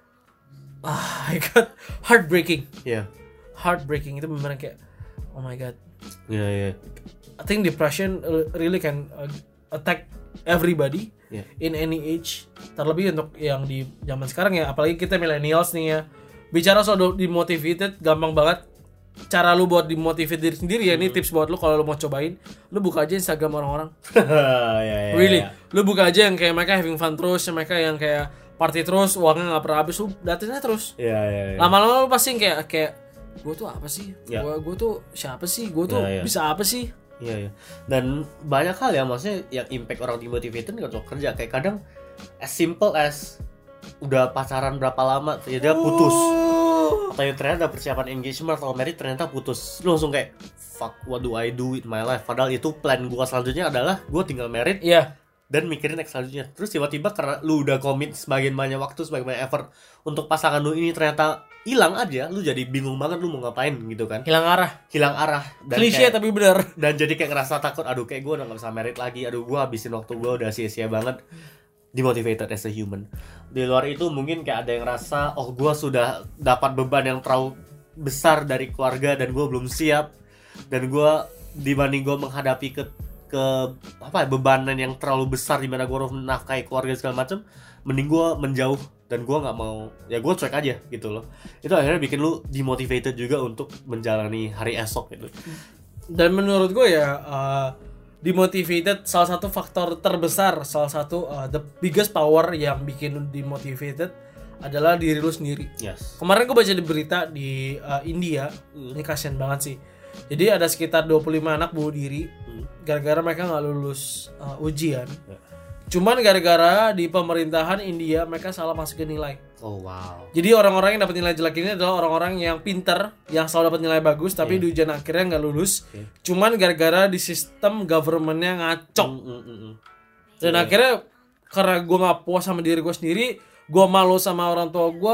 ah, I got heartbreaking. Yeah. Heartbreaking itu benar kayak oh my god. Yeah, yeah. I think depression really can uh, attack everybody yeah. in any age. Terlebih untuk yang di zaman sekarang ya, apalagi kita millennials nih ya. Bicara soal dimotivated, gampang banget. Cara lu buat dimotivate diri sendiri ya, ini hmm. tips buat lu kalau lu mau cobain. Lu buka aja Instagram orang-orang. yeah, yeah, really. Yeah. Lu buka aja yang kayak mereka having fun terus, mereka yang kayak party terus, uangnya nggak pernah habis, lu datangnya terus. Yeah, yeah, yeah. Lama-lama lu pasti kayak kayak gue tuh apa sih? Yeah. Gue gue tuh siapa sih? Gue tuh yeah, yeah. bisa apa sih? Iya yeah, yeah. Dan banyak hal ya, maksudnya yang impact orang dimotivated nggak cuma kerja, kayak kadang as simple as udah pacaran berapa lama ya dia putus. Oh. Atau yang ternyata ada persiapan engagement atau married ternyata putus. Lu langsung kayak fuck, what do I do with my life? Padahal itu plan gue selanjutnya adalah gue tinggal married. Iya. Yeah. Dan mikirin next selanjutnya. Terus tiba-tiba karena lu udah commit sebagian banyak waktu, sebagian banyak effort untuk pasangan lu ini ternyata hilang aja, lu jadi bingung banget lu mau ngapain gitu kan. Hilang arah. Hilang arah. Klise tapi benar. Dan jadi kayak ngerasa takut, aduh kayak gue udah gak bisa married lagi, aduh gue habisin waktu gue udah sia-sia banget. Demotivated as a human. Di luar itu mungkin kayak ada yang ngerasa, oh gue sudah dapat beban yang terlalu besar dari keluarga dan gue belum siap. Dan gue dibanding gue menghadapi ke ke apa bebanan yang terlalu besar di mana gue harus menafkahi keluarga segala macam, mending gue menjauh dan gue nggak mau, ya gue cuek aja gitu loh. Itu akhirnya bikin lu demotivated juga untuk menjalani hari esok gitu. Dan menurut gue ya uh, demotivated salah satu faktor terbesar, salah satu uh, the biggest power yang bikin demotivated adalah diri lu sendiri. Yes. Kemarin gue baca di berita di uh, India, mm. ini kasian banget sih. Jadi ada sekitar dua puluh lima anak bunuh diri hmm. gara-gara mereka nggak lulus uh, ujian. Ya. Cuman gara-gara di pemerintahan India mereka salah masukin nilai. Oh wow. Jadi orang-orang yang dapat nilai jelek ini adalah orang-orang yang pinter, yang selalu dapat nilai bagus, tapi yeah. di ujian akhirnya nggak lulus. Okay. Cuman gara-gara di sistem government-nya ngacok. Mm, mm, mm. Dan yeah. akhirnya karena gue nggak puas sama diri gue sendiri, gue malu sama orang tua gue,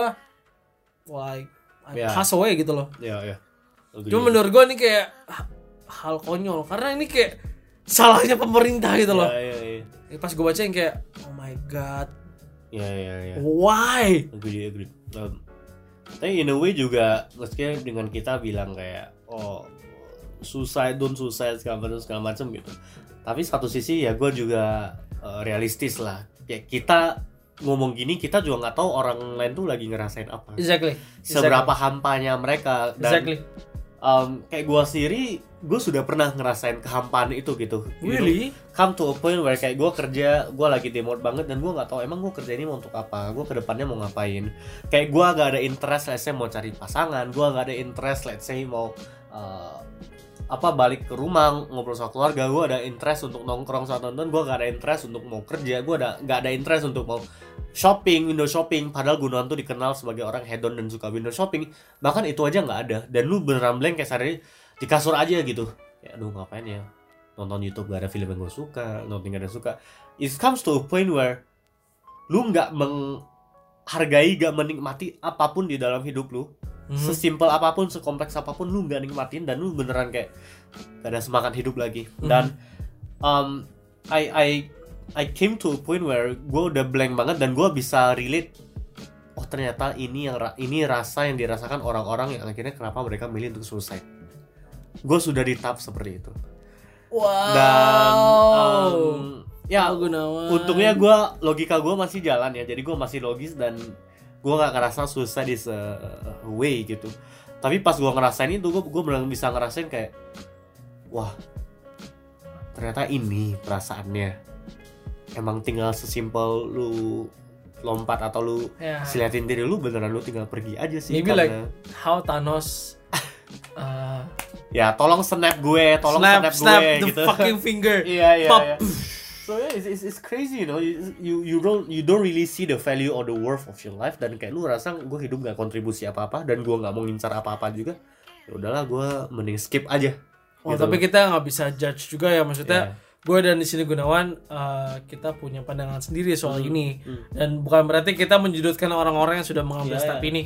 wah, yeah. pass away gitu loh. Iya yeah, iya. Yeah. Cuma menurut gue ini kayak hal konyol karena ini kayak salahnya pemerintah gitu loh. Iya iya iya. Pas gue baca yang kayak oh my god. Iya iya iya. Why? Agree agree. Um, tapi in a way juga meski dengan kita bilang kayak oh suicide, don't suicide segala macam segala macam gitu. Tapi satu sisi ya gue juga uh, realistis lah. Ya kita ngomong gini kita juga nggak tahu orang lain tuh lagi ngerasain apa. Exactly. Seberapa exactly. hampanya mereka. Dan, exactly. Um, kayak gue sendiri, gue sudah pernah ngerasain kehampaan itu gitu. Really? You know, come to a point where kayak gue kerja, gue lagi demote banget dan gue nggak tahu emang gue kerja ini mau untuk apa, gue kedepannya mau ngapain. Kayak gue gak ada interest, let's say mau cari pasangan, gue gak ada interest, let's say mau uh, apa balik ke rumah ngobrol sama keluarga, gue ada interest untuk nongkrong sama nonton, gue gak ada interest untuk mau kerja, gue ada gak ada interest untuk mau shopping, window shopping. Padahal Gunawan tuh dikenal sebagai orang hedon dan suka window shopping. Bahkan itu aja nggak ada. Dan lu beneran blank kayak sehari di kasur aja gitu. Ya aduh ngapain ya, nonton YouTube gak ada film yang gue suka, nonton gak ada suka. It comes to a point where lu nggak menghargai, gak menikmati apapun di dalam hidup lu. Mm-hmm. Sesimpel apapun, sekompleks apapun lu nggak nikmatin dan lu beneran kayak gak ada semangat hidup lagi. Mm-hmm. Dan um, I I I came to a point where gue udah blank banget dan gue bisa relate. Oh ternyata ini yang ini rasa yang dirasakan orang-orang yang akhirnya kenapa mereka milih untuk suicide. Gue sudah di tahap seperti itu. Wow. Dan um, ya Gunawan. Untungnya gue logika gue masih jalan ya. Jadi gue masih logis dan gue nggak ngerasa suicide is a way gitu. Tapi pas gue ngerasain itu gue gue benar bisa ngerasain kayak wah ternyata ini perasaannya. Emang tinggal sesimpel lu lompat atau lu yeah. Seliatin diri lu beneran lu tinggal pergi aja sih. Maybe karena... like how Thanos uh... ya tolong snap gue, tolong snap, snap, snap gue the gitu. fucking finger. Iya iya iya. So yeah, it's, it's, it's crazy you know. You, you you don't you don't really see the value or the worth of your life dan kayak lu rasa gue hidup gak kontribusi apa-apa dan gue gak mau ngincar apa-apa juga. Ya udahlah gue mending skip aja. Oh gitu. Tapi kita nggak bisa judge juga ya maksudnya. Yeah. Gue dan di sini Gunawan uh, kita punya pandangan sendiri soal hmm. ini hmm. dan bukan berarti kita menjudutkan orang-orang yang sudah mengambil yeah, step yeah. ini.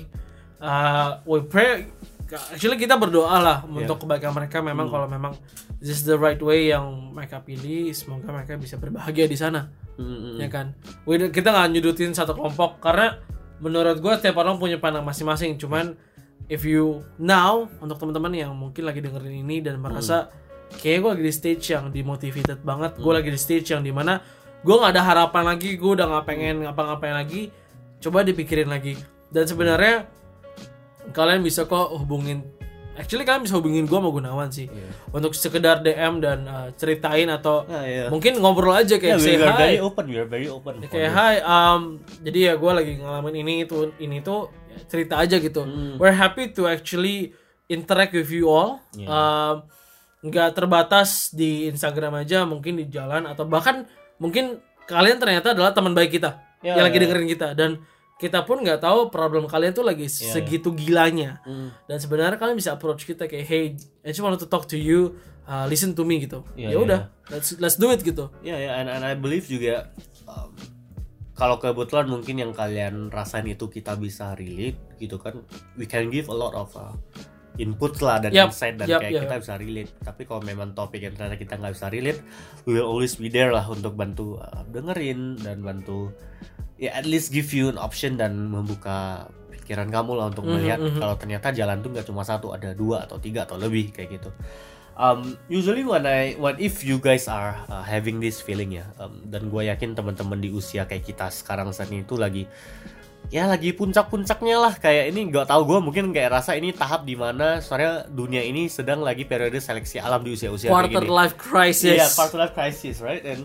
Uh, we pray, actually kita berdoa lah yeah. untuk kebaikan mereka. Memang hmm. kalau memang this is the right way yang mereka pilih, semoga mereka bisa berbahagia di sana, hmm. ya kan. We, kita nggak nyudutin satu kelompok karena menurut gue setiap orang punya pandang masing-masing. Cuman if you now untuk teman-teman yang mungkin lagi dengerin ini dan merasa hmm. kayaknya gue lagi di stage yang demotivated banget, gue hmm. lagi di stage yang dimana gue nggak ada harapan lagi, gue udah nggak pengen ngapa-ngapain lagi, coba dipikirin lagi. Dan sebenarnya hmm. kalian bisa kok hubungin, actually kalian bisa hubungin gue sama Gunawan sih, yeah. untuk sekedar D M dan uh, ceritain atau yeah, yeah. mungkin ngobrol aja kayak yeah, say hi. Very open, we are very open. Kayak hi, um, jadi ya gue lagi ngalamin ini itu ini tuh ya, cerita aja gitu. Hmm. We're happy to actually interact with you all. Yeah. Um, nggak terbatas di Instagram aja, mungkin di jalan atau bahkan mungkin kalian ternyata adalah teman baik kita yeah, yang yeah. lagi dengerin kita dan kita pun nggak tahu problem kalian tuh lagi yeah, segitu yeah. gilanya mm. dan sebenarnya kalian bisa approach kita kayak hey I just want to talk to you, uh, listen to me gitu. Yeah, ya udah yeah. let's let's do it gitu. Ya yeah, yeah. and, and I believe juga um, kalau kebetulan mungkin yang kalian rasain itu kita bisa relate gitu kan, we can give a lot of uh, input lah dan yep, insight dan yep, kayak yep. kita bisa relate. Tapi kalau memang topik yang ternyata kita nggak bisa relate, we will always be there lah untuk bantu uh, dengerin dan bantu ya at least give you an option dan membuka pikiran kamu lah untuk melihat mm-hmm. kalau ternyata jalan tuh nggak cuma satu, ada dua atau tiga atau lebih kayak gitu. Um, usually when I when if you guys are uh, having this feeling ya, um, dan gue yakin teman-teman di usia kayak kita sekarang saat ini itu lagi ya lagi puncak-puncaknya lah, kayak ini nggak tahu gue mungkin kayak rasa ini tahap dimana soalnya dunia ini sedang lagi periode seleksi alam di usia-usia kayak gini. Quarter life crisis. Yeah, quarter life crisis, right? And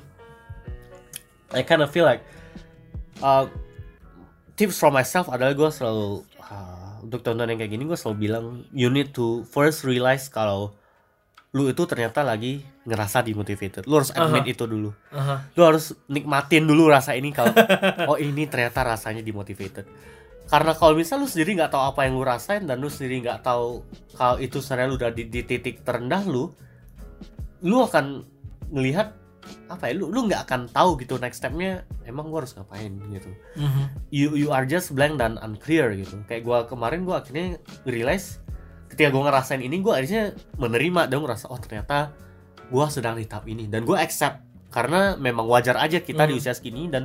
I kind of feel like uh, tips from myself adalah gue selalu uh, untuk tonton yang kayak gini gue selalu bilang you need to first realize kalau lu itu ternyata lagi ngerasa demotivated. Lu harus admit uh-huh. itu dulu. Uh-huh. Lu harus nikmatin dulu rasa ini kalau oh ini ternyata rasanya demotivated. Karena kalau misal lu sendiri nggak tahu apa yang lu rasain dan lu sendiri nggak tahu kalau itu sebenarnya lu udah di, di titik terendah lu, lu akan melihat apa ya? Lu lu nggak akan tahu gitu next stepnya. Emang gua harus ngapain gitu. Uh-huh. You you are just blank dan unclear gitu. Kayak gua kemarin gua akhirnya realize ketika gue ngerasain ini, gue akhirnya menerima dan ngerasa oh ternyata gue sedang di tahap ini dan gue accept karena memang wajar aja kita hmm. di usia segini dan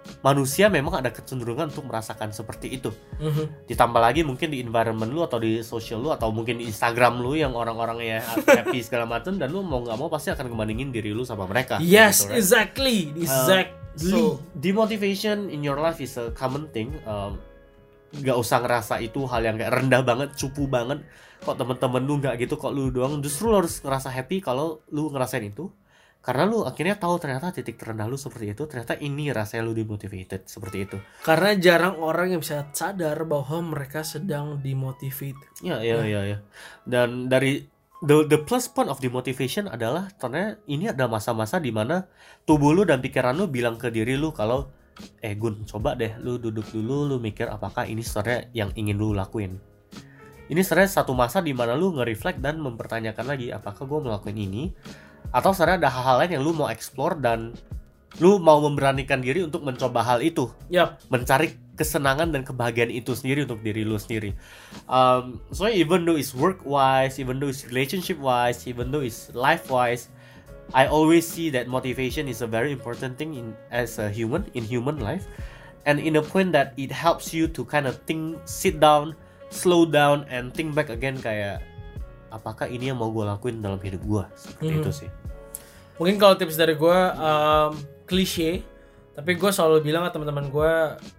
manusia memang ada kecenderungan untuk merasakan seperti itu. Mm-hmm. Ditambah lagi mungkin di environment lu atau di social lu atau mungkin di Instagram lu yang orang-orangnya happy segala macam, dan lu mau nggak mau pasti akan ngebandingin diri lu sama mereka. Yes, gitu, right? exactly, exactly. Uh, so demotivation in your life is a common thing. Um, nggak usah ngerasa itu hal yang kayak rendah banget, cupu banget. Kok temen-temen lu nggak gitu, kok lu doang. Justru lu harus ngerasa happy kalau lu ngerasain itu. Karena lu akhirnya tahu ternyata titik terendah lu seperti itu, ternyata ini rasanya lu demotivated seperti itu. Karena jarang orang yang bisa sadar bahwa mereka sedang demotivate. Ya, ya, ya, ya. Dan dari the the plus point of demotivation adalah ternyata ini ada masa-masa di mana tubuh lu dan pikiran lu bilang ke diri lu kalau eh Gun, coba deh lu duduk dulu, lu mikir apakah ini sebenarnya yang ingin lu lakuin. Ini sebenarnya satu masa di mana lu nge-reflect dan mempertanyakan lagi apakah gue melakukan ini. Atau sebenarnya ada hal-hal lain yang lu mau explore dan lu mau memberanikan diri untuk mencoba hal itu. Yep. Mencari kesenangan dan kebahagiaan itu sendiri untuk diri lu sendiri. Um, so even though it's work-wise, even though it's relationship-wise, even though it's life-wise, I always see that motivation is a very important thing in as a human, in human life. And in a point that it helps you to kind of think, sit down, slow down, and think back again kayak apakah ini yang mau gue lakuin dalam hidup gue, seperti hmm. itu sih. Mungkin kalau tips dari gue um, klise, tapi gue selalu bilang ke teman-teman gue,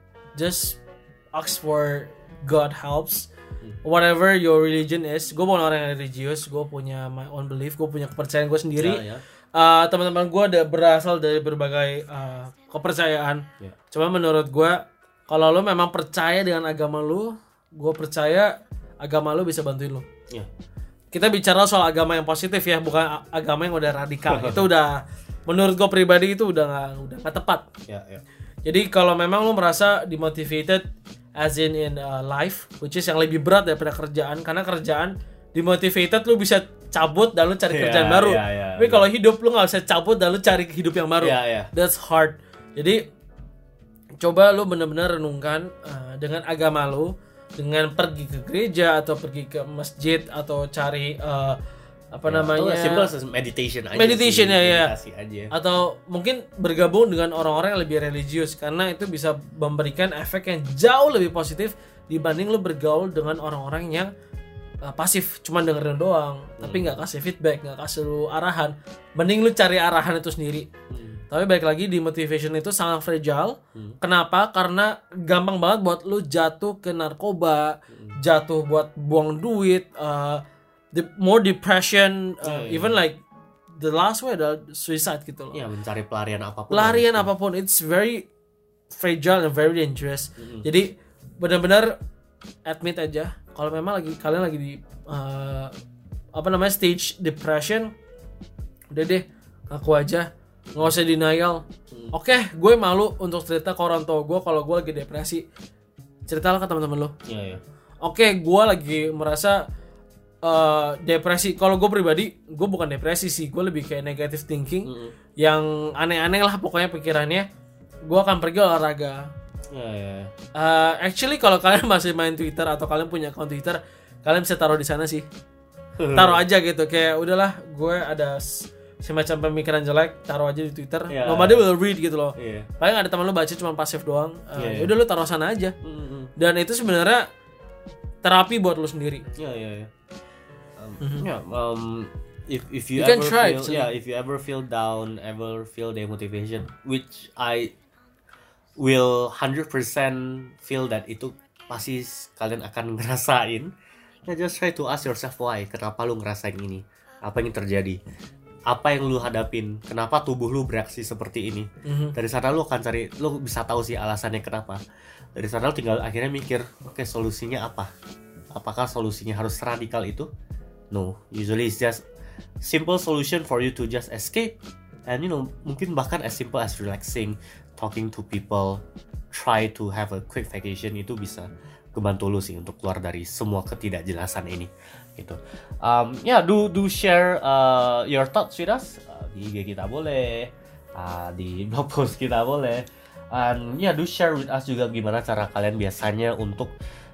just ask for God helps. hmm. Whatever your religion is, gue bukan orang yang religius, gue punya my own belief, gue punya kepercayaan gue sendiri. Ya, ya. Uh, teman-teman gue ada berasal dari berbagai uh, kepercayaan. Ya. Cuma menurut gue, kalau lo memang percaya dengan agama lo, gue percaya agama lo bisa bantuin lo. Ya. Kita bicara soal agama yang positif ya, bukan agama yang udah radikal. Itu udah, menurut gue pribadi itu udah nggak udah nggak tepat. Ya, ya. Jadi kalau memang lo merasa demotivated, as in in uh, life, which is yang lebih berat daripada kerjaan, karena kerjaan demotivated lo bisa cabut dan lo cari yeah, kerjaan baru. Yeah, yeah, Tapi yeah. kalau hidup lo nggak bisa cabut dan lo cari hidup yang baru. Yeah, yeah. That's hard. Jadi coba lo benar-benar renungkan uh, dengan agama lo. Dengan pergi ke gereja atau pergi ke masjid atau cari uh, apa ya, namanya simple meditation aja meditation sih, ya, aja. Atau mungkin bergabung dengan orang-orang yang lebih religius karena itu bisa memberikan efek yang jauh lebih positif dibanding lu bergaul dengan orang-orang yang uh, pasif cuma dengerin doang hmm. tapi nggak kasih feedback, nggak kasih lu arahan. Mending lu cari arahan itu sendiri. hmm. Tapi balik lagi di motivation itu sangat fragile. Hmm. Kenapa? Karena gampang banget buat lu jatuh ke narkoba, hmm. jatuh buat buang duit, uh, the more depression, uh, yeah, even yeah. like the last way adalah suicide gitu loh. Ya, mencari pelarian apapun. Pelarian gitu. apapun, it's very fragile and very dangerous. Hmm. Jadi benar-benar admit aja kalau memang lagi kalian lagi di uh, apa namanya stage depression, udah deh aku aja. Nggak usah denial. hmm. Oke, okay, gue malu untuk cerita ke orang tua gue kalau gue lagi depresi. Ceritalah ke teman-teman lo. yeah, yeah. Oke, okay, gue lagi merasa uh, depresi. Kalau gue pribadi, gue bukan depresi sih, gue lebih kayak negative thinking. hmm. Yang aneh-aneh lah pokoknya pikirannya. Gue akan pergi olahraga. yeah, yeah. uh, Actually kalau kalian masih main Twitter atau kalian punya akun Twitter, kalian bisa taruh di sana sih. Taruh aja gitu, kayak udahlah gue ada semacam pemikiran jelek, taruh aja di Twitter. Yeah. Nobody will read gitu loh. Yeah. Paling ada teman lu baca cuma pasif doang. Uh, yeah, yeah. Udah lu taruh sana aja. Mm-hmm. Dan itu sebenarnya terapi buat lu sendiri. Iya, iya, iya. Um, mm-hmm. yeah, um if if you, you ever try, feel yeah, if you ever feel down, ever feel demotivation, which I will one hundred percent feel that itu pasti kalian akan ngerasain. Ya, just try to ask yourself why. Kenapa lu ngerasain ini? Apa yang terjadi? Apa yang lu hadapin, kenapa tubuh lu bereaksi seperti ini. Mm-hmm. Dari sana lu akan cari, lu bisa tahu sih alasannya kenapa. Dari sana lu tinggal akhirnya mikir, oke okay, solusinya apa? Apakah solusinya harus radikal itu? No, usually it's just simple solution for you to just escape. And you know, mungkin bahkan as simple as relaxing, talking to people, try to have a quick vacation, itu bisa kebantu lu sih untuk keluar dari semua ketidakjelasan ini. Gitu. Um, ya, yeah, do do share uh, your thoughts with us uh, di I G kita boleh, uh, di blog post kita boleh, and ya yeah, do share with us juga gimana cara kalian biasanya untuk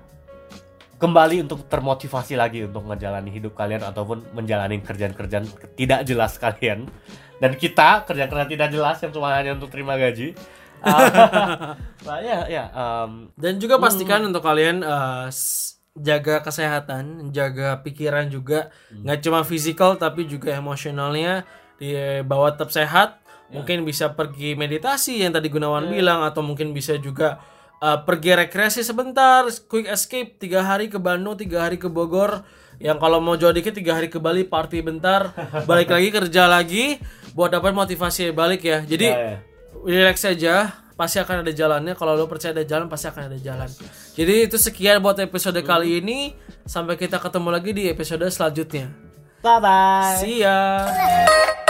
kembali untuk termotivasi lagi untuk menjalani hidup kalian ataupun menjalani kerjaan-kerjaan tidak jelas kalian. Dan kita kerjaan-kerjaan tidak jelas yang cuma hanya untuk terima gaji. Nah, ya ya um, dan juga pastikan hmm. untuk kalian uh, jaga kesehatan, jaga pikiran juga, nggak hmm. cuma fisikal tapi juga emosionalnya dibawa tetap sehat. Yeah. Mungkin bisa pergi meditasi yang tadi Gunawan yeah. bilang, atau mungkin bisa juga uh, pergi rekreasi sebentar, quick escape, tiga hari ke Bandung, tiga hari ke Bogor. Yang kalau mau jauh dikit tiga hari ke Bali, party bentar, balik lagi kerja lagi buat dapat motivasi balik ya. Jadi yeah, yeah. relax saja. Pasti akan ada jalannya. Kalau lo percaya ada jalan, pasti akan ada jalan. Jadi itu sekian buat episode hmm. kali ini. Sampai kita ketemu lagi di episode selanjutnya. Bye bye. See ya.